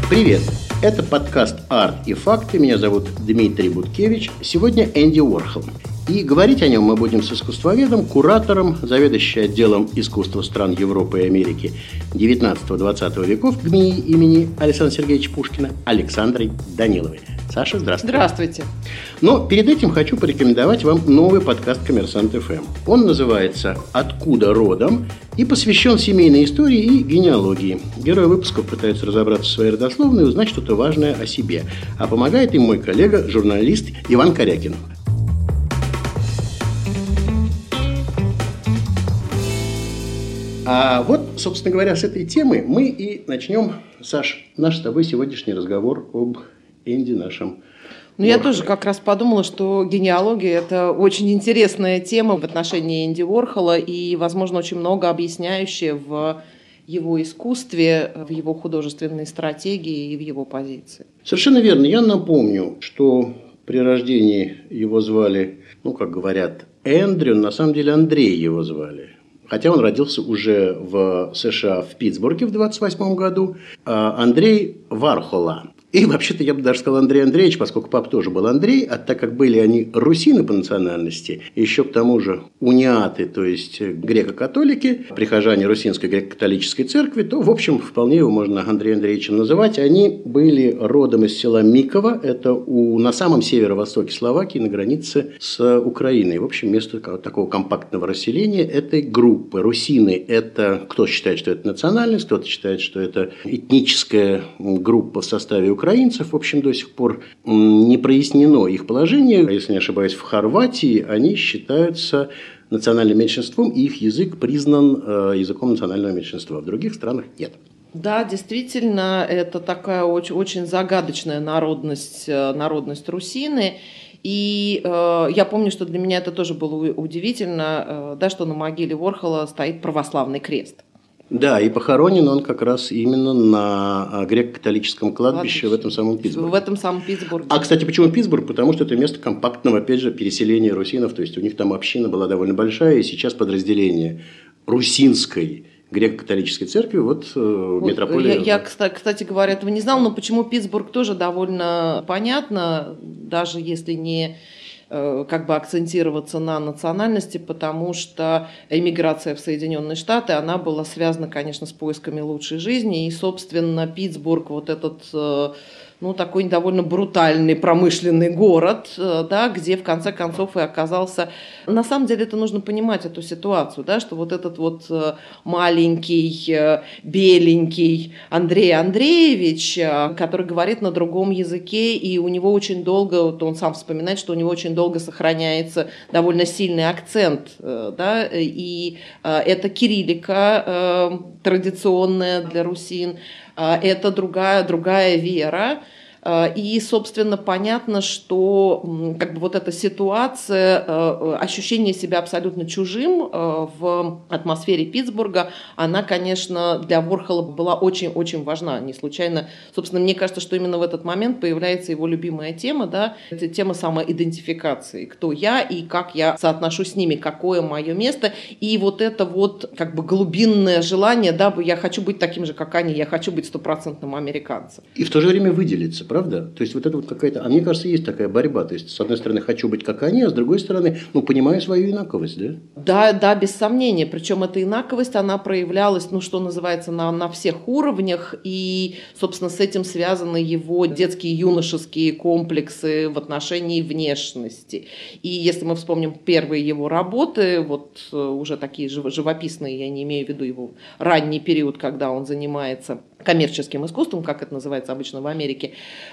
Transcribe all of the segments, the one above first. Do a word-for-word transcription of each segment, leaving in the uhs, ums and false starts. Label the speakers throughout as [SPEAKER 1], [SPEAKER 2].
[SPEAKER 1] Привет! Это подкаст «Арт и факты». Меня зовут Дмитрий Буткевич. Сегодня Энди Уорхол. И говорить о нем мы будем с искусствоведом, куратором, заведующим отделом искусства стран Европы и Америки девятнадцатого-двадцатого веков ГМИ имени Александра Сергеевича Пушкина Александрой Даниловой. Саша, здравствуйте.
[SPEAKER 2] Здравствуйте.
[SPEAKER 1] Но перед этим хочу порекомендовать вам новый подкаст «Коммерсант эф эм». Он называется «Откуда родом?» и посвящен семейной истории и генеалогии. Герои выпусков пытаются разобраться в своей родословной и узнать что-то важное о себе. А помогает им мой коллега, журналист Иван Корякин. А вот, собственно говоря, с этой темы мы и начнем, Саш, наш с тобой сегодняшний разговор об Энди нашем.
[SPEAKER 2] Ну, я тоже как раз подумала, что генеалогия – это очень интересная тема в отношении Энди Уорхола и, возможно, очень много объясняющая в его искусстве, в его художественной стратегии и в его позиции.
[SPEAKER 1] Совершенно верно. Я напомню, что при рождении его звали, ну, как говорят, Эндрю, на самом деле Андрей его звали. Хотя он родился уже в США, в Питтсбурге в двадцать восьмом году. Андрей Вархола. И вообще-то я бы даже сказал Андрей Андреевич, поскольку папа тоже был Андрей, а так как были они русины по национальности, еще к тому же униаты, то есть греко-католики, прихожане Русинской греко-католической церкви, то, в общем, вполне его можно Андреем Андреевичем называть. Они были родом из села Миково, это у, на самом северо-востоке Словакии, на границе с Украиной. В общем, место такого компактного расселения этой группы. Русины – это, кто считает, что это национальность, кто-то считает, что это этническая группа в составе украинцев. В общем, до сих пор не прояснено их положение. Если не ошибаюсь, в Хорватии они считаются национальным меньшинством, и их язык признан языком национального меньшинства. В других странах нет.
[SPEAKER 2] Да, действительно, это такая очень, очень загадочная народность, народность русины. И э, я помню, что для меня это тоже было удивительно, э, да, что на могиле Уорхола стоит православный крест.
[SPEAKER 1] Да, и похоронен он как раз именно на греко-католическом кладбище, кладбище в этом самом Питтсбурге.
[SPEAKER 2] В этом самом Питтсбурге.
[SPEAKER 1] А, кстати, почему Питтсбург? Потому что это место компактного, опять же, переселения русинов. То есть у них там община была довольно большая, и сейчас подразделение русинской греко-католической церкви вот, вот метрополия.
[SPEAKER 2] Я, я, кстати говоря, этого не знала, но почему Питтсбург тоже довольно понятно, даже если не как бы акцентироваться на национальности, потому что эмиграция в Соединенные Штаты, она была связана, конечно, с поисками лучшей жизни, и, собственно, Питтсбург, вот этот, ну, такой довольно брутальный промышленный город, да, где, в конце концов, и оказался... На самом деле, это нужно понимать, эту ситуацию, да, что вот этот вот маленький, беленький Андрей Андреевич, который говорит на другом языке, и у него очень долго, вот он сам вспоминает, что у него очень долго сохраняется довольно сильный акцент, да, и это кириллика традиционная для русин, это другая, другая вера. И, собственно, понятно, что как бы вот эта ситуация, ощущение себя абсолютно чужим в атмосфере Питтсбурга, она, конечно, для Уорхола была очень-очень важна. Не случайно, собственно, мне кажется, что именно в этот момент появляется его любимая тема, да, это тема самоидентификации. Кто я и как я соотношусь с ними, какое мое место. И вот это вот как бы глубинное желание, да, я хочу быть таким же, как они, я хочу быть стопроцентным американцем.
[SPEAKER 1] И в то же время выделиться. Правда? То есть вот это вот какая-то, а мне кажется, есть такая борьба. То есть, с одной стороны, хочу быть как они, а с другой стороны, ну, понимаю свою инаковость, да?
[SPEAKER 2] Да, да, без сомнения. Причем эта инаковость, она проявлялась, ну, что называется, на, на всех уровнях. И, собственно, с этим связаны его детские юношеские комплексы в отношении внешности. И если мы вспомним первые его работы, вот уже такие живописные, я не имею в виду его ранний период, когда он занимается коммерческим искусством, как это называется обычно в Америке,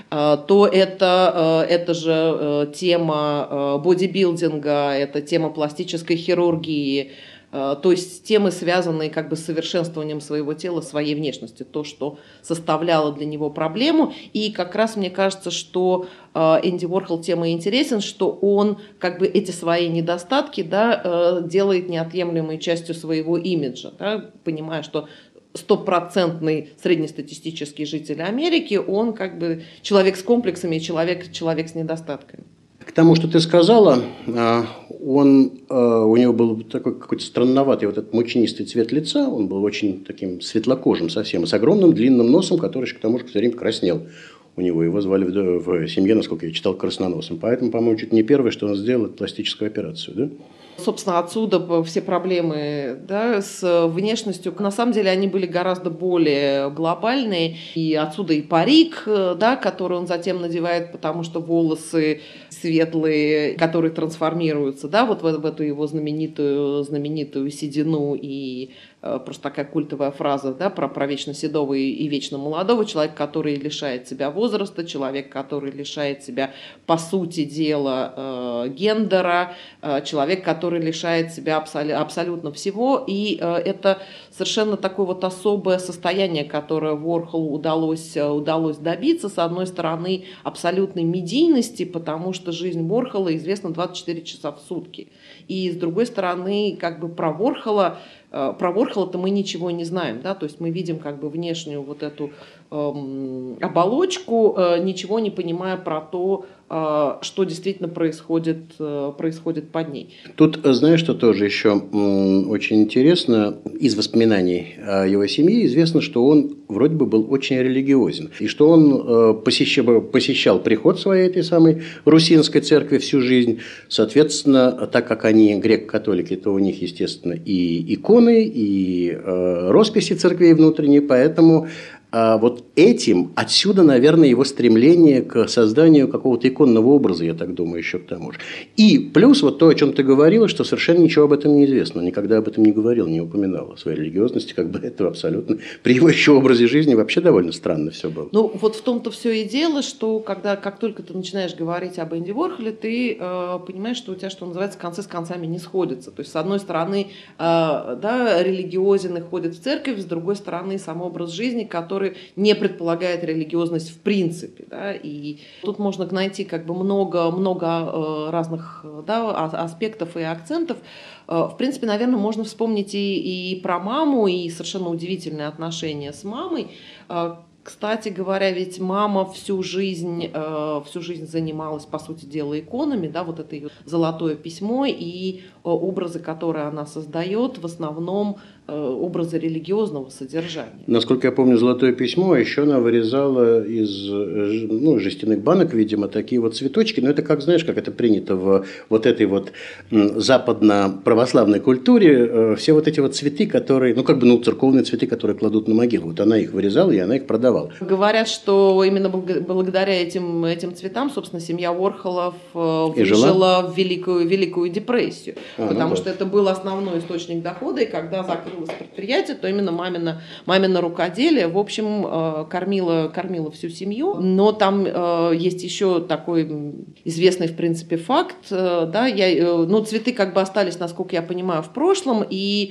[SPEAKER 2] то это, это же тема бодибилдинга, это тема пластической хирургии, то есть темы, связанные как бы с совершенствованием своего тела, своей внешности, то, что составляло для него проблему. И как раз мне кажется, что Энди Уорхол тем и интересен, что он как бы эти свои недостатки, да, делает неотъемлемой частью своего имиджа, да, понимая, что стопроцентный среднестатистический житель Америки, он как бы человек с комплексами и человек, человек с недостатками.
[SPEAKER 1] К тому, что ты сказала, он, у него был такой какой-то странноватый вот этот мучнистый цвет лица, он был очень таким светлокожим совсем, с огромным длинным носом, который к тому же все время краснел. У него его звали в, в семье, насколько я читал, красноносом. Поэтому, по-моему, чуть не первое, что он сделал, это пластическую операцию, да?
[SPEAKER 2] Собственно, отсюда все проблемы, да, с внешностью. На самом деле они были гораздо более глобальные. И отсюда и парик, да, который он затем надевает, потому что волосы светлые, которые трансформируются, да, вот в, в эту его знаменитую, знаменитую седину. И э, просто такая культовая фраза, да, про, про вечно седого и, и вечно молодого. Человек, который лишает себя возраста, человек, который лишает себя, по сути дела, э, гендера, э, человек, который который лишает себя абсолютно всего. И это совершенно такое вот особое состояние, которое Ворхолу удалось, удалось добиться. С одной стороны, абсолютной медийности, потому что жизнь Ворхола известна двадцать четыре часа в сутки. И с другой стороны, как бы про Ворхола, про Ворхола-то мы ничего не знаем, да, то есть мы видим как бы внешнюю вот эту эм, оболочку, э, ничего не понимая про то, э, что действительно происходит, э, происходит под ней.
[SPEAKER 1] Тут, знаешь, что тоже еще м, очень интересно, из воспоминаний о его семье известно, что он вроде бы был очень религиозен, и что он э, посещал, посещал приход своей этой самой русинской церкви всю жизнь, соответственно, так как они греко-католики, то у них, естественно, и иконы, и э, росписи церквей внутренние, поэтому э, вот этим, отсюда, наверное, его стремление к созданию какого-то иконного образа, я так думаю, еще к тому же. И плюс вот то, о чем ты говорила, что совершенно ничего об этом не известно, он никогда об этом не говорил, не упоминал о своей религиозности, как бы это абсолютно, при его еще образе жизни вообще довольно странно все было.
[SPEAKER 2] Ну, вот в том-то все и дело, что когда, как только ты начинаешь говорить об Энди Ворхоле, ты э, понимаешь, что у тебя, что называется, концы с концами не сходятся. То есть, с одной стороны, э, да, религиозен и ходит в церковь, с другой стороны, сам образ жизни, который не предполагает религиозность в принципе. Да, и тут можно найти как бы много, много э, разных, да, аспектов и акцентов. В принципе, наверное, можно вспомнить и, и про маму, и совершенно удивительные отношения с мамой. Кстати говоря, ведь мама всю жизнь, всю жизнь занималась, по сути дела, иконами, да, вот это ее золотое письмо, и образы, которые она создает, в основном образы религиозного содержания.
[SPEAKER 1] Насколько я помню, золотое письмо, а еще она вырезала из, ну, жестяных банок, видимо, такие вот цветочки. Но это, как знаешь, как это принято в вот этой вот западно-православной культуре, все вот эти вот цветы, которые, ну, как бы, ну, церковные цветы, которые кладут на могилу. Вот она их вырезала, и она их продавала.
[SPEAKER 2] Говорят, что именно благодаря этим, этим цветам, собственно, семья Ворхолов выжила в Великую, Великую депрессию. А, потому ну, что да. Это был основной источник дохода, и когда закрылось предприятие, то именно мамина, мамина рукоделие, в общем, кормило, кормило всю семью. Но там есть еще такой известный, в принципе, факт. Да, я, ну, цветы как бы остались, насколько я понимаю, в прошлом, и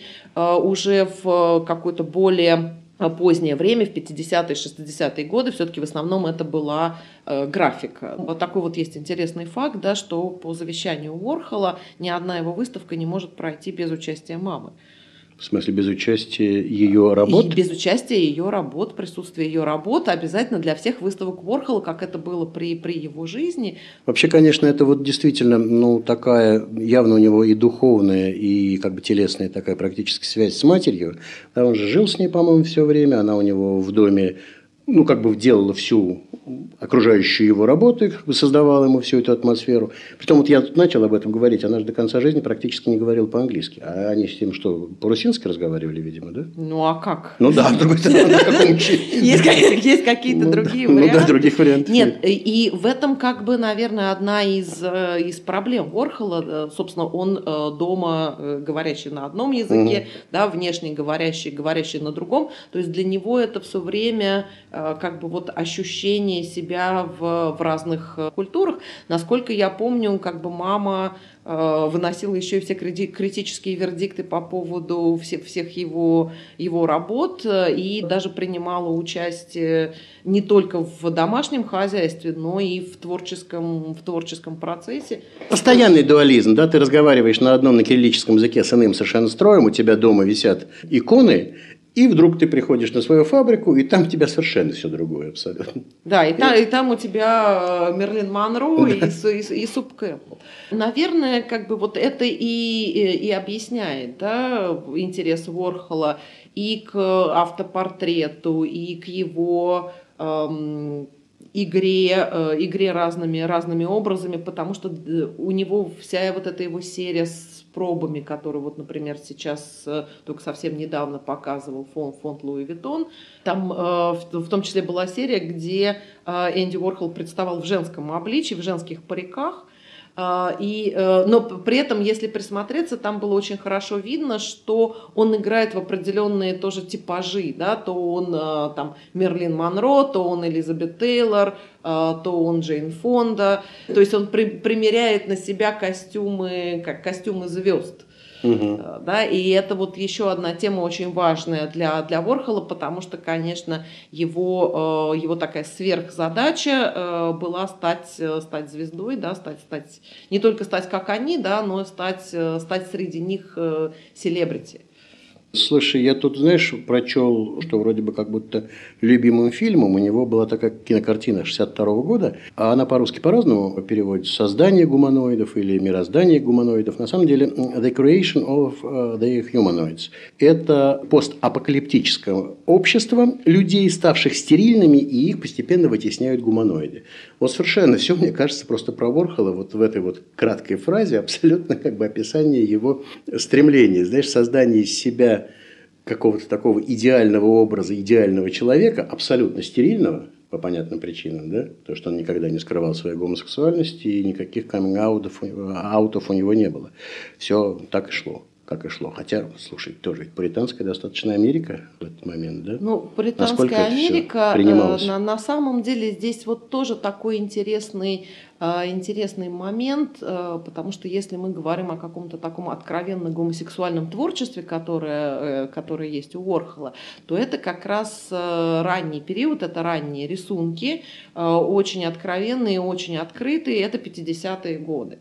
[SPEAKER 2] уже в какой-то более позднее время, в пятидесятые, шестидесятые годы, все-таки в основном это была э, графика. Вот такой вот есть интересный факт, да, что по завещанию Ворхола ни одна его выставка не может пройти без участия мамы.
[SPEAKER 1] В смысле, без участия ее работ?
[SPEAKER 2] И без участия ее работ, присутствия ее работ обязательно для всех выставок Ворхола, как это было при, при его жизни.
[SPEAKER 1] Вообще, конечно, это вот действительно, ну, такая, явно у него и духовная, и как бы телесная такая практически связь с матерью. Да, он же жил с ней, по-моему, все время, она у него в доме, ну, как бы делала всю окружающую его работу, как бы создавала ему всю эту атмосферу. Притом, вот я тут начал об этом говорить, она же до конца жизни практически не говорила по-английски. А они с ним что, по-русински разговаривали, видимо, да?
[SPEAKER 2] Ну, а как?
[SPEAKER 1] Ну да, с другой стороны, на каком
[SPEAKER 2] Есть какие-то другие варианты.
[SPEAKER 1] Ну да, других вариантов.
[SPEAKER 2] Нет, и в этом, как бы, наверное, одна из, из проблем Ворхола. Собственно, он дома говорящий на одном языке, да, внешне говорящий, говорящий на другом. То есть для него это все время как бы вот ощущение себя в, в разных культурах. Насколько я помню, как бы мама э, выносила еще и все критические вердикты по поводу всех, всех его, его работ и даже принимала участие не только в домашнем хозяйстве, но и в творческом, в творческом процессе.
[SPEAKER 1] Постоянный дуализм, да, ты разговариваешь на одном на кириллическом языке с иным совершенно строем, у тебя дома висят иконы, И вдруг ты приходишь на свою фабрику, и там у тебя совершенно все другое абсолютно.
[SPEAKER 2] Да, и, и... Там, и там у тебя Мерлин Монро и, и, и Суп Кэмпбелл. Наверное, как бы вот это и, и, и объясняет, да, интерес Уорхола и к автопортрету, и к его эм, игре, э, игре разными, разными образами, потому что у него вся вот эта его серия с пробами, которые вот, например, сейчас э, только совсем недавно показывал фонд, фонд Луи Виттон, там э, в, в том числе была серия, где э, Энди Уорхол представал в женском обличии, в женских париках. И, но при этом, если присмотреться, там было очень хорошо видно, что он играет в определенные тоже типажи, да, то он там Мерлин Монро, то он Элизабет Тейлор, то он Джейн Фонда, то есть он при, примеряет на себя костюмы, как костюмы звезд. Угу. Да, и это вот еще одна тема очень важная для, для Уорхола, потому что, конечно, его, его такая сверхзадача была стать, стать звездой, да, стать, стать, не только стать как они, да, но стать, стать среди них селебрити.
[SPEAKER 1] Слушай, я тут, знаешь, прочел, что вроде бы как будто любимым фильмом у него была такая кинокартина шестьдесят второго года, а она по-русски по-разному переводится: «Создание гуманоидов» или «Мироздание гуманоидов». На самом деле «The Creation of the Humanoids» – это постапокалиптическое общество людей, ставших стерильными, и их постепенно вытесняют гуманоиды. Вот совершенно все, мне кажется, просто про Уорхола вот в этой вот краткой фразе абсолютно как бы описание его стремления, знаешь, создание из себя какого-то такого идеального образа, идеального человека, абсолютно стерильного, по понятным причинам, да, потому что он никогда не скрывал своей гомосексуальности, и никаких каминг-аутов аутов у него не было. Все так и шло. Как и шло. Хотя, слушай, тоже ведь пуританская достаточно Америка в этот момент, да?
[SPEAKER 2] Ну, пуританская Америка, на, на самом деле, здесь вот тоже такой интересный, интересный момент, потому что если мы говорим о каком-то таком откровенно гомосексуальном творчестве, которое, которое есть у Уорхола, то это как раз ранний период, это ранние рисунки, очень откровенные, очень открытые, это пятидесятые годы.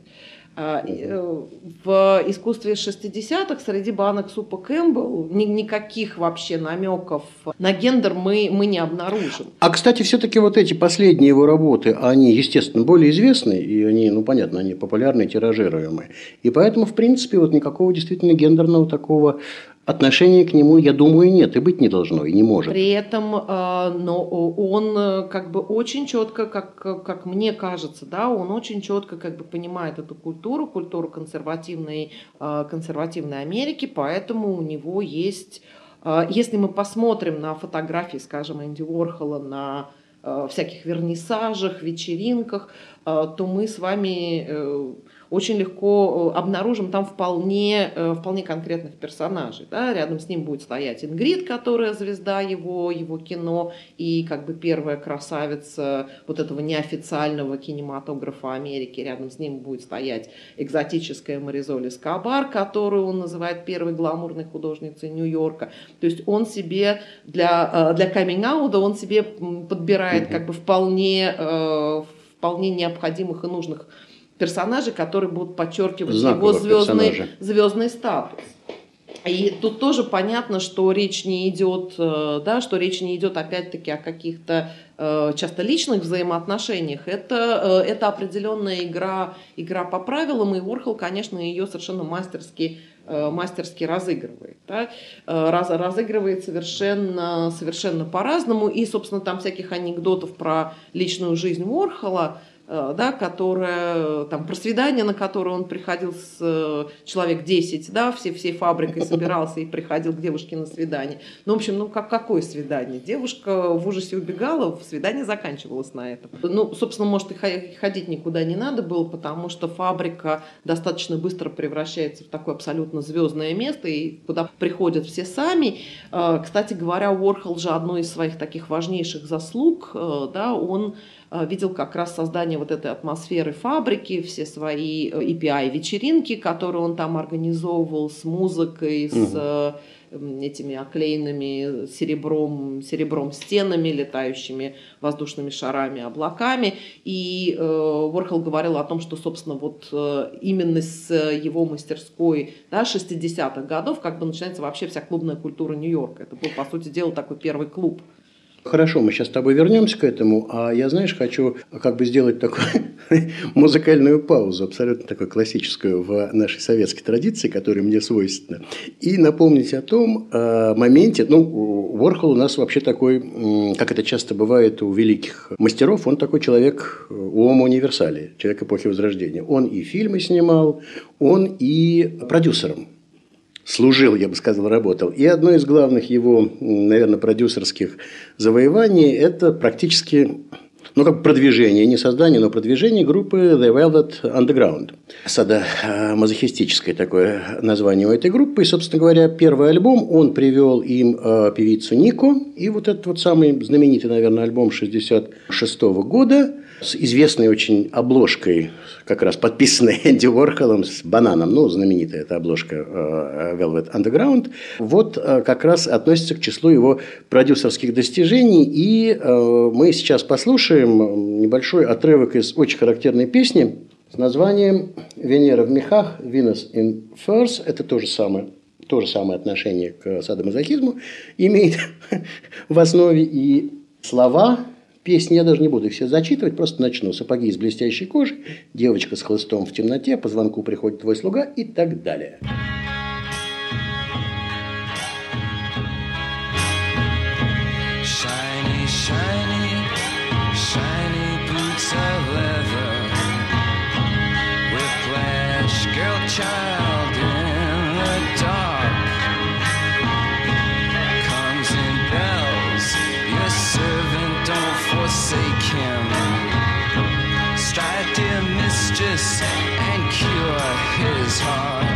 [SPEAKER 2] В искусстве шестидесятых среди банок супа Кэмпбелл никаких вообще намеков на гендер мы, мы не обнаружим.
[SPEAKER 1] А, кстати, все-таки вот эти последние его работы, они, естественно, более известны, и они, ну, понятно, они популярны, тиражируемые. И поэтому, в принципе, вот никакого действительно гендерного такого отношения к нему, я думаю, нет, и быть не должно, и не может.
[SPEAKER 2] При этом, но он как бы очень четко, как, как мне кажется, да, он очень четко как бы понимает эту культуру, культуру консервативной, консервативной Америки, поэтому у него есть, если мы посмотрим на фотографии, скажем, Энди Уорхола на всяких вернисажах, вечеринках, то мы с вами очень легко обнаружим там вполне, вполне конкретных персонажей. Да? Рядом с ним будет стоять Ингрид, которая звезда его, его кино, и как бы первая красавица вот этого неофициального кинематографа Америки. Рядом с ним будет стоять экзотическая Маризоль Эскобар, которую он называет первой гламурной художницей Нью-Йорка. То есть он себе для, для каминг-аута он себе подбирает как бы вполне, вполне необходимых и нужных персонажей, которые будут подчеркивать Знаковых его звездный, звездный статус. И тут тоже понятно, что речь не идет, да, что речь не идет опять-таки о каких-то часто личных взаимоотношениях. Это, это определенная игра, игра по правилам, и Уорхол, конечно, ее совершенно мастерски, мастерски разыгрывает. Да? Раз, разыгрывает совершенно, совершенно по-разному. И, собственно, там всяких анекдотов про личную жизнь Уорхола, да, которая, там, про свидание, на которое он приходил с человек десять, да, все, всей фабрикой собирался и приходил к девушке на свидание. Ну, в общем, ну, как, какое свидание? Девушка в ужасе убегала, свидание заканчивалось на этом. Ну, собственно, может, и ходить никуда не надо было, потому что фабрика достаточно быстро превращается в такое абсолютно звездное место, и куда приходят все сами. Кстати говоря, Уорхол же одной из своих таких важнейших заслуг, да, он видел как раз создание вот этой атмосферы фабрики, все свои и пи ай-вечеринки, которые он там организовывал с музыкой, с, этими оклеенными серебром, серебром стенами, летающими воздушными шарами, облаками. И э, Уорхол говорил о том, что, собственно, вот э, именно с его мастерской, да, шестидесятых годов как бы начинается вообще вся клубная культура Нью-Йорка. Это был, по сути дела, такой первый клуб.
[SPEAKER 1] Хорошо, мы сейчас с тобой вернемся к этому, а я, знаешь, хочу как бы сделать такую музыкальную паузу, абсолютно такую классическую в нашей советской традиции, которая мне свойственна, и напомнить о том э, моменте, ну, Уорхол у нас вообще такой, э, как это часто бывает у великих мастеров, он такой человек уома универсалия, человек эпохи Возрождения. Он и фильмы снимал, он и продюсером служил, я бы сказал, работал. И одно из главных его, наверное, продюсерских завоеваний – это практически, ну, как продвижение, не создание, но продвижение группы The Velvet Underground. Садомазохистическое такое название у этой группы. И, собственно говоря, первый альбом, он привел им э, певицу Нико. И вот этот вот самый знаменитый, наверное, альбом шестьдесят шестого года с известной очень обложкой, как раз подписанной Энди Уорхолом с бананом, ну, знаменитая эта обложка э, Velvet Underground, вот э, как раз относится к числу его продюсерских достижений. И э, мы сейчас послушаем небольшой отрывок из очень характерной песни с названием «Венера в мехах», «Venus in Furs». Это то же самое. То же самое отношение к садомазохизму имеет в основе, и слова песни я даже не буду их все зачитывать, просто начну. Сапоги из блестящей кожи, девочка с хлыстом в темноте, по звонку приходит твой слуга и так далее.
[SPEAKER 3] Shiny, shiny, shiny boots of leather, whiplash, girl child in the dark, comes in bells, your servant don't forsake him, strike dear mistress and cure his heart.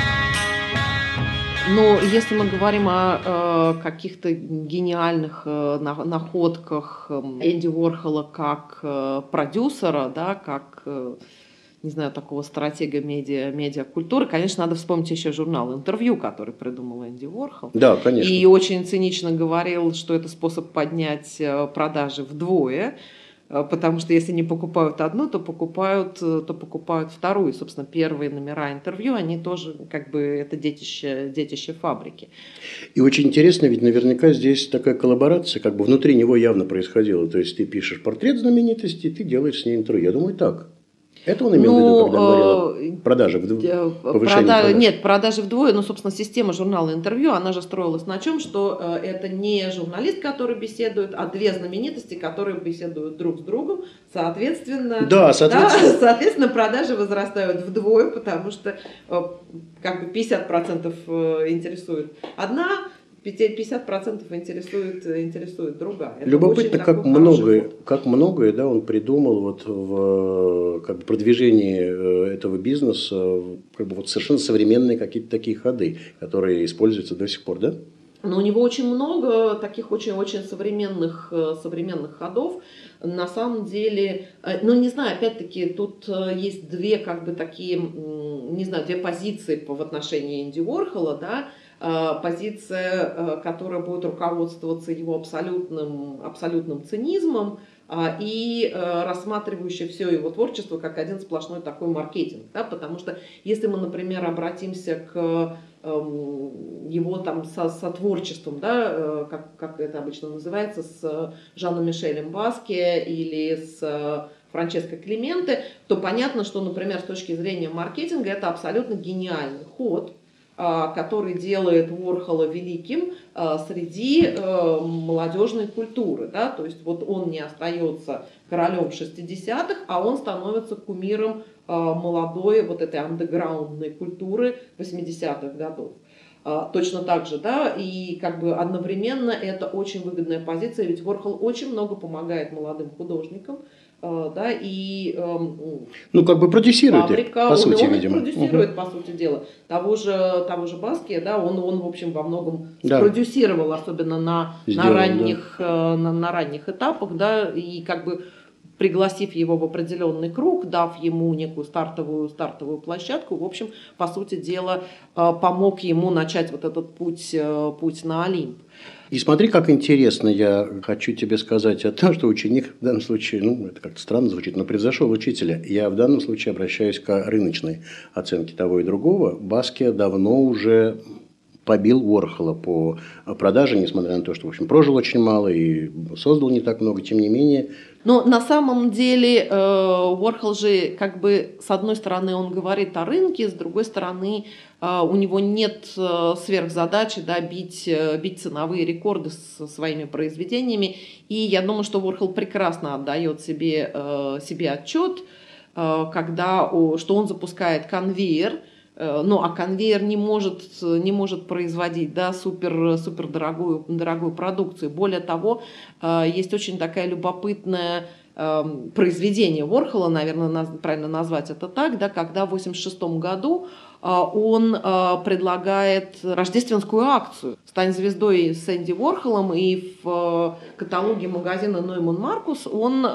[SPEAKER 2] Но если мы говорим о э, каких-то гениальных э, находках Энди Уорхола как э, продюсера, да, как, э, не знаю, такого стратега медиа, медиакультуры, конечно, надо вспомнить еще журнал «Интервью», который придумал Энди Уорхол.
[SPEAKER 1] Да, конечно.
[SPEAKER 2] И очень цинично говорил, что это способ поднять продажи вдвое, потому что если не покупают одну, то покупают, то покупают вторую. Собственно, первые номера «Интервью», они тоже как бы это детище, детище фабрики.
[SPEAKER 1] И очень интересно, ведь наверняка здесь такая коллаборация, как бы внутри него явно происходила. То есть ты пишешь портрет знаменитости, ты делаешь с ней интервью. Я думаю, так. Это он имел
[SPEAKER 2] ну,
[SPEAKER 1] в виду, когда говорил о продаже, повышении
[SPEAKER 2] прода...
[SPEAKER 1] продаж?
[SPEAKER 2] Нет, продажи вдвое, но, собственно, система журнала «Интервью», она же строилась на чем, что э, это не журналист, который беседует, а две знаменитости, которые беседуют друг с другом, соответственно,
[SPEAKER 1] да, соответственно...
[SPEAKER 2] Да, соответственно продажи возрастают вдвое, потому что э, как бы пятьдесят процентов интересует одна, пятьдесят процентов интересует, интересует другая. Это
[SPEAKER 1] любопытно, как многое, как многое, да, он придумал вот в как бы, продвижении этого бизнеса, как бы вот совершенно современные какие-то такие ходы, которые используются до сих пор, да?
[SPEAKER 2] Но у него очень много таких очень-очень современных, современных ходов. На самом деле, ну не знаю, опять-таки тут есть две как бы такие, не знаю, две позиции в отношении Энди Уорхола, да. Позиция, которая будет руководствоваться его абсолютным, абсолютным цинизмом и рассматривающая все его творчество как один сплошной такой маркетинг. Да? Потому что если мы, например, обратимся к его там со, сотворчеством, да, как, как это обычно называется, с Жаном Мишелем Баске или с Франческо Клименте, то понятно, что, например, с точки зрения маркетинга это абсолютно гениальный ход, который делает Уорхола великим среди молодежной культуры. Да? То есть вот он не остается королем шестидесятых, а он становится кумиром молодой вот этой андеграундной культуры восьмидесятых годов. Точно так же, да, и как бы одновременно это очень выгодная позиция, ведь Уорхол очень много помогает молодым художникам, да, и
[SPEAKER 1] ну, как бы продюсирует
[SPEAKER 2] фабрика,
[SPEAKER 1] их, по
[SPEAKER 2] он,
[SPEAKER 1] сути,
[SPEAKER 2] он
[SPEAKER 1] видимо.
[SPEAKER 2] продюсирует,
[SPEAKER 1] угу.
[SPEAKER 2] по сути дела, того же, того же Баски, да, он, он, в общем, во многом
[SPEAKER 1] да.
[SPEAKER 2] продюсировал, особенно на,
[SPEAKER 1] Сделал,
[SPEAKER 2] на, ранних,
[SPEAKER 1] да.
[SPEAKER 2] на, на ранних этапах, да, и как бы в пригласив его в определенный круг, дав ему некую стартовую, стартовую площадку, в общем, по сути дела, помог ему начать вот этот путь, путь на Олимп.
[SPEAKER 1] И смотри, как интересно, я хочу тебе сказать о том, что ученик в данном случае, ну, это как-то странно звучит, но превзошел учителя. Я в данном случае обращаюсь к рыночной оценке того и другого. Баскиа давно уже побил Уорхола по продаже, несмотря на то, что, в общем, прожил очень мало и создал не так много, тем не менее.
[SPEAKER 2] Но на самом деле Уорхол же, как бы, с одной стороны, он говорит о рынке, с другой стороны, у него нет сверхзадачи, да, бить, бить ценовые рекорды со своими произведениями. И я думаю, что Уорхол прекрасно отдает себе, себе отчет, когда, что он запускает конвейер. Ну, а конвейер не может, не может производить, да, супер, супер дорогую, дорогую продукцию. Более того, есть очень такая любопытная произведение Уорхола, наверное, правильно назвать это так, да, когда в восемьдесят шестом году он предлагает рождественскую акцию «Стань звездой» с Энди Уорхолом, и в каталоге магазина Нойман Маркус он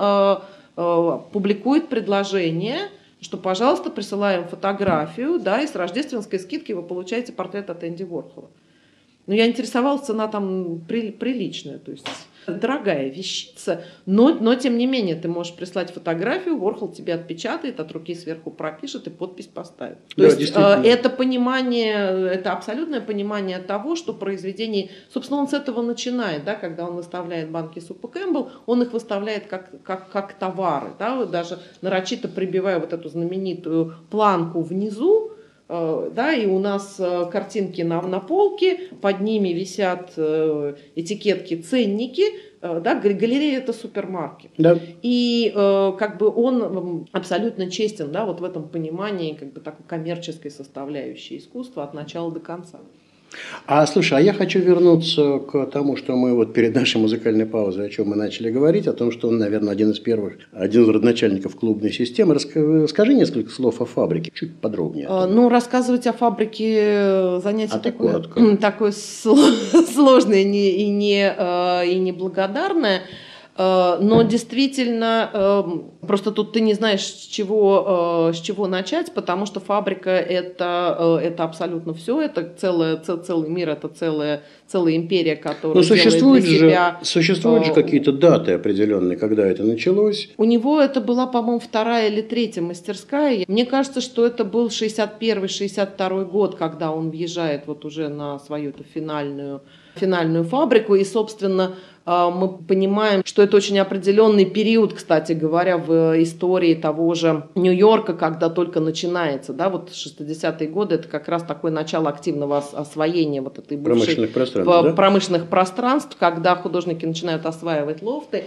[SPEAKER 2] публикует предложение, что, пожалуйста, присылаем фотографию, да, и с рождественской скидкой вы получаете портрет от Энди Уорхола. Но я интересовалась, цена там при, приличная, то есть дорогая вещица, но, но тем не менее ты можешь прислать фотографию, Уорхол тебе отпечатает, от руки сверху пропишет и подпись поставит. То
[SPEAKER 1] Да,
[SPEAKER 2] есть э, это понимание, это абсолютное понимание того, что произведение, собственно, он с этого начинает, да, когда он выставляет банки супа Кэмпбелл, он их выставляет как, как, как товары, да, даже нарочито прибивая вот эту знаменитую планку внизу, да, и у нас картинки на, на полке, под ними висят этикетки, ценники, да, галерея — это супермаркет.
[SPEAKER 1] Да.
[SPEAKER 2] И как бы он абсолютно честен, да, вот в этом понимании как бы такой коммерческой составляющей искусства от начала до конца.
[SPEAKER 1] А слушай, а я хочу вернуться к тому, что мы вот перед нашей музыкальной паузой, о чем мы начали говорить, о том, что он, наверное, один из первых, один из родоначальников клубной системы. Расскажи несколько слов о фабрике, чуть подробнее.
[SPEAKER 2] А, ну, рассказывать о фабрике занятие
[SPEAKER 1] а
[SPEAKER 2] такое, такое, такое сложное и, не, и, не, и неблагодарное. Но действительно, просто тут ты не знаешь, с чего, с чего начать, потому что фабрика это, это абсолютно все, это целое, целый мир, это целая, целая империя, которая
[SPEAKER 1] Но существуют
[SPEAKER 2] делает для себя...
[SPEAKER 1] Же, существуют же какие-то даты определенные, когда это началось?
[SPEAKER 2] У него это была, по-моему, вторая или третья мастерская. Мне кажется, что это был шестьдесят первый — шестьдесят второй год, когда он въезжает вот уже на свою эту финальную, финальную фабрику, и, собственно, мы понимаем, что это очень определенный период, кстати говоря, в истории того же Нью-Йорка, когда только начинается, да, вот шестидесятые годы, это как раз такое начало активного освоения вот этой бывшей
[SPEAKER 1] промышленных пространств, да?
[SPEAKER 2] промышленных пространств, когда художники начинают осваивать лофты.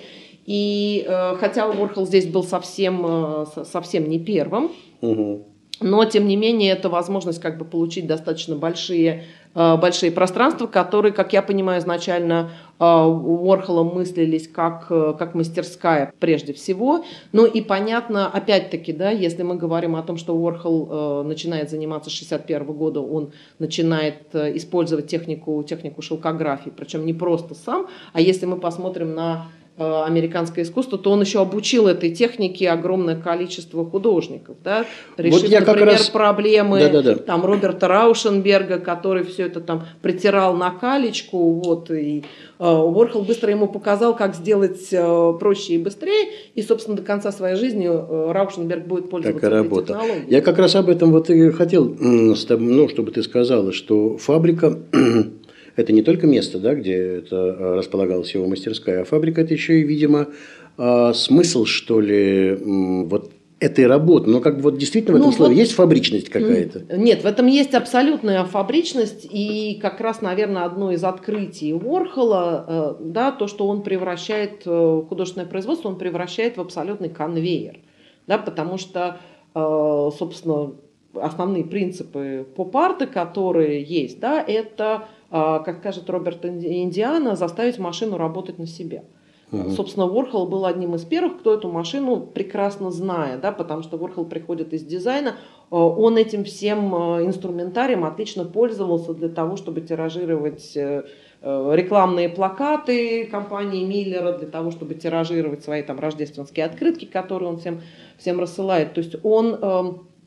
[SPEAKER 2] И э, хотя Уорхол здесь был совсем, э, совсем не первым,
[SPEAKER 1] угу.
[SPEAKER 2] но тем не менее это возможность как бы получить достаточно большие, э, большие пространства, которые, как я понимаю, изначально э, Уорхолом мыслились как, э, как мастерская прежде всего. Ну и понятно, опять-таки, да, если мы говорим о том, что Уорхол э, начинает заниматься с шестьдесят первого года, он начинает э, использовать технику, технику шелкографии, причем не просто сам, а если мы посмотрим на американское искусство, то он еще обучил этой технике огромное количество художников, да, решив, вот я например, раз... проблемы да, да, да. Там, Роберта Раушенберга, который все это там притирал на калечку, вот, и э, Уорхол быстро ему показал, как сделать э, проще и быстрее, и, собственно, до конца своей жизни э, Раушенберг будет пользоваться этой технологией.
[SPEAKER 1] Я как раз об этом вот и хотел, ну, чтобы ты сказала, что фабрика... Это не только место, да, где это располагалась его мастерская, а фабрика – это еще и, видимо, смысл, что ли, вот этой работы. Но как бы вот действительно в этом ну, слове вот, есть фабричность какая-то?
[SPEAKER 2] Нет, в этом есть абсолютная фабричность. И как раз, наверное, одно из открытий Уорхола, да, то, что он превращает художественное производство, он превращает в абсолютный конвейер. Да, потому что, собственно, основные принципы поп-арта, которые есть, да, это... как скажет Роберт Индиана, заставить машину работать на себя. Uh-huh. Собственно, Уорхол был одним из первых, кто эту машину прекрасно знает, да, потому что Уорхол приходит из дизайна, он этим всем инструментарием отлично пользовался для того, чтобы тиражировать рекламные плакаты компании Миллера для того, чтобы тиражировать свои там рождественские открытки, которые он всем, всем рассылает. То есть он э,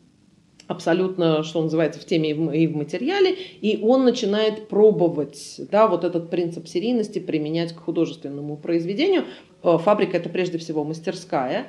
[SPEAKER 2] абсолютно, что называется, в теме и в материале, и он начинает пробовать, да, вот этот принцип серийности применять к художественному произведению. Фабрика – это прежде всего мастерская.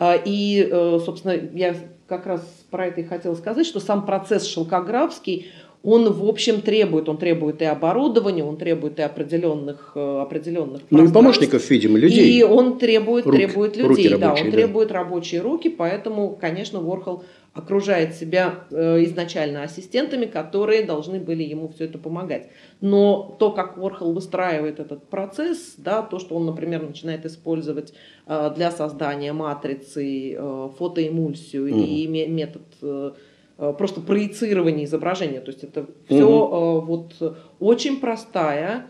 [SPEAKER 2] И, собственно, я как раз про это и хотела сказать, что сам процесс шелкографский, он, в общем, требует, он требует и оборудования, он требует и определенных, определенных
[SPEAKER 1] ну и помощников, видимо, людей.
[SPEAKER 2] И он требует,
[SPEAKER 1] Рук,
[SPEAKER 2] требует людей,
[SPEAKER 1] руки
[SPEAKER 2] да,
[SPEAKER 1] рабочие,
[SPEAKER 2] он
[SPEAKER 1] да.
[SPEAKER 2] требует рабочие руки, поэтому, конечно, Уорхол окружает себя э, изначально ассистентами, которые должны были ему все это помогать. Но то, как Уорхол выстраивает этот процесс, да, то, что он, например, начинает использовать э, для создания матрицы э, фотоэмульсию mm. и метод э, просто проецирования изображения, то есть это все mm-hmm. э, вот очень простая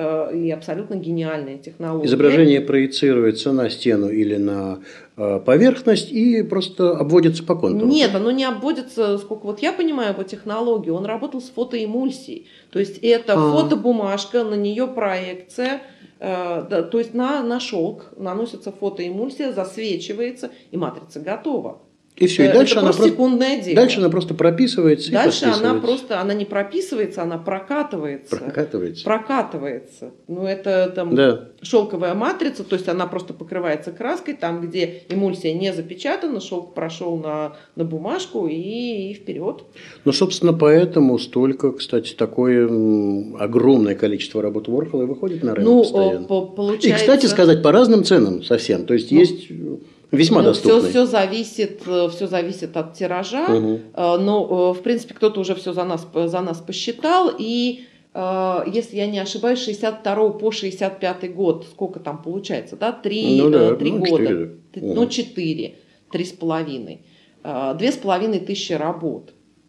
[SPEAKER 2] и абсолютно гениальная технология.
[SPEAKER 1] Изображение проецируется на стену или на поверхность и просто обводится по контуру.
[SPEAKER 2] Нет, оно не обводится, сколько вот я понимаю его технологию, он работал с фотоэмульсией. То есть это А-а-а. фотобумажка, на нее проекция, э, да, то есть на, на шелк наносится фотоэмульсия, засвечивается, и матрица готова.
[SPEAKER 1] И все, и
[SPEAKER 2] это
[SPEAKER 1] дальше, она
[SPEAKER 2] просто
[SPEAKER 1] просто, дальше она просто прописывается.
[SPEAKER 2] Дальше
[SPEAKER 1] и
[SPEAKER 2] она просто, она не прописывается, она прокатывается.
[SPEAKER 1] Прокатывается.
[SPEAKER 2] Прокатывается. Ну, это там
[SPEAKER 1] да.
[SPEAKER 2] шелковая матрица, то есть она просто покрывается краской, там, где эмульсия не запечатана, шелк прошел на, на бумажку и, и вперед.
[SPEAKER 1] Ну, собственно, поэтому столько, кстати, такое огромное количество работ Уорхола и выходит на рынок
[SPEAKER 2] ну,
[SPEAKER 1] постоянно.
[SPEAKER 2] По- получается...
[SPEAKER 1] И, кстати сказать, по разным ценам совсем. То есть, ну, есть... Весьма
[SPEAKER 2] ну,
[SPEAKER 1] доступный.
[SPEAKER 2] Все, все, зависит, все зависит от тиража, угу. но, в принципе, кто-то уже все за нас, за нас посчитал, и, если я не ошибаюсь, с шестьдесят второго по шестьдесят пятый год, сколько там получается, да, три,
[SPEAKER 1] ну, да,
[SPEAKER 2] три
[SPEAKER 1] ну,
[SPEAKER 2] года,
[SPEAKER 1] четыре.
[SPEAKER 2] ну, четыре, три с половиной, две с половиной тысячи работ.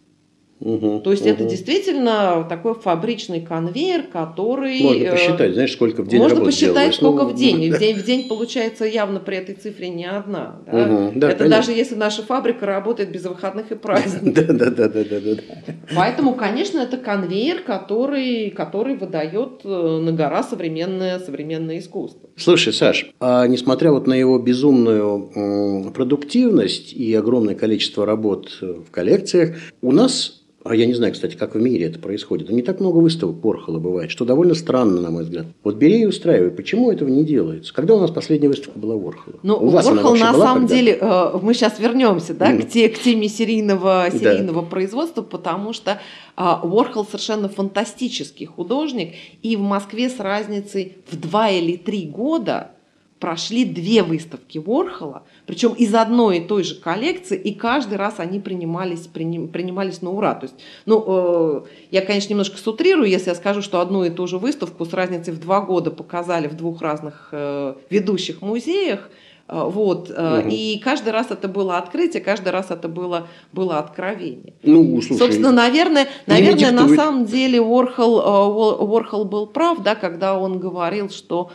[SPEAKER 1] Угу,
[SPEAKER 2] То есть
[SPEAKER 1] угу.
[SPEAKER 2] это действительно такой фабричный конвейер, который...
[SPEAKER 1] Можно посчитать, знаешь, сколько в день
[SPEAKER 2] Можно
[SPEAKER 1] работы
[SPEAKER 2] посчитать,
[SPEAKER 1] делалось.
[SPEAKER 2] сколько
[SPEAKER 1] ну,
[SPEAKER 2] в день.
[SPEAKER 1] Да.
[SPEAKER 2] В день. В день получается явно при этой цифре не одна. Да?
[SPEAKER 1] Угу, да,
[SPEAKER 2] это
[SPEAKER 1] понятно.
[SPEAKER 2] даже если наша фабрика работает без выходных и праздников.
[SPEAKER 1] Да, да, да, да, да, да.
[SPEAKER 2] Поэтому, конечно, это конвейер, который, который выдает на гора современное, современное искусство.
[SPEAKER 1] Слушай, Саш, а несмотря вот на его безумную м, продуктивность и огромное количество работ в коллекциях, у нас... А я не знаю, кстати, как в мире это происходит. Не так много выставок Уорхола бывает, что довольно странно, на мой взгляд. Вот бери и устраивай. Почему этого не делается? Когда у нас последняя выставка была Уорхола?
[SPEAKER 2] Ну,
[SPEAKER 1] у вас
[SPEAKER 2] Уорхол на
[SPEAKER 1] была
[SPEAKER 2] самом
[SPEAKER 1] когда-то?
[SPEAKER 2] деле, мы сейчас вернемся, да,
[SPEAKER 1] Mm.
[SPEAKER 2] к, те, к теме серийного, серийного
[SPEAKER 1] да.
[SPEAKER 2] производства, потому что Уорхол совершенно фантастический художник, и в Москве с разницей в два или три года прошли две выставки Уорхола, причем из одной и той же коллекции, и каждый раз они принимались, приним, принимались на ура. То есть, ну, э, я, конечно, немножко сутрирую, если я скажу, что одну и ту же выставку с разницей в два года показали в двух разных э, ведущих музеях. Э, вот, э, угу. И каждый раз это было открытие, каждый раз это было, было откровение.
[SPEAKER 1] Ну, слушай,
[SPEAKER 2] собственно, наверное, наверное на самом деле Уорхол, э, Уорхол был прав, да, когда он говорил, что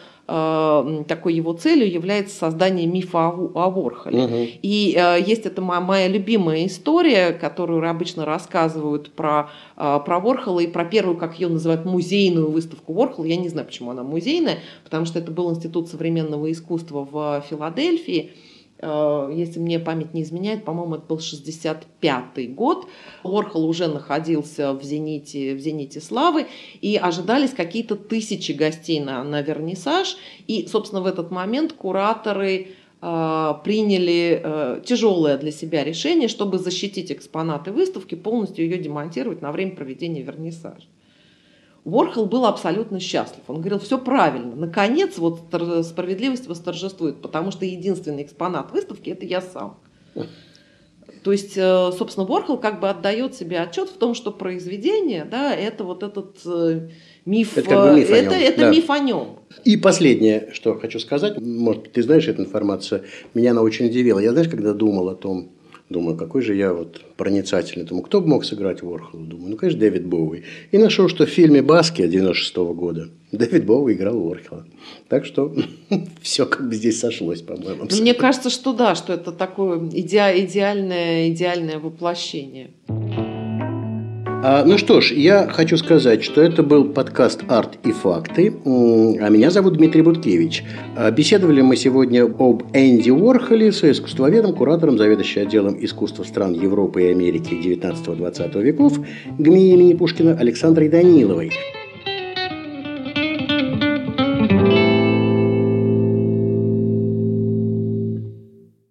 [SPEAKER 2] такой его целью является создание мифа о, о Уорхоле. Угу. И э, есть эта моя, моя любимая история, которую обычно рассказывают про, э, про Уорхола и про первую, как ее называют, музейную выставку Уорхола. Я не знаю, почему она музейная, потому что это был Институт современного искусства в Филадельфии. Если мне память не изменяет, по-моему, это был шестьдесят пятый год. Уорхол уже находился в зените, в зените славы, и ожидались какие-то тысячи гостей на, на вернисаж. И, собственно, в этот момент кураторы э, приняли э, тяжелое для себя решение, чтобы защитить экспонаты выставки, полностью ее демонтировать на время проведения вернисажа. Уорхол был абсолютно счастлив. Он говорил, все правильно. Наконец, вот справедливость восторжествует, потому что единственный экспонат выставки – это я сам. То есть, собственно, Уорхол как бы отдает себе отчет в том, что произведение, да, это вот этот миф,
[SPEAKER 1] это, как бы миф,
[SPEAKER 2] это,
[SPEAKER 1] о нем.
[SPEAKER 2] это
[SPEAKER 1] Да.
[SPEAKER 2] миф о нем.
[SPEAKER 1] И последнее, что хочу сказать, может, ты знаешь эту информацию, меня она очень удивила. Я, знаешь, когда думал о том, думаю, какой же я вот проницательный. Думаю, кто бы мог сыграть Уорхола? Думаю, ну, конечно, Дэвид Боуи. И нашел, что в фильме «Баски» девяносто шестого года Дэвид Боуи играл Уорхола. Так что все как бы здесь сошлось, по-моему.
[SPEAKER 2] Мне кажется, что да, что это такое иде- идеальное, идеальное воплощение.
[SPEAKER 1] А, ну что ж, я хочу сказать, что это был подкаст «Арт и факты», а меня зовут Дмитрий Буткевич. Беседовали мы сегодня об Энди Уорхоле с искусствоведом, куратором, заведующим отделом искусства стран Европы и Америки девятнадцатого-двадцатого веков ГМИ имени Пушкина Александрой Даниловой.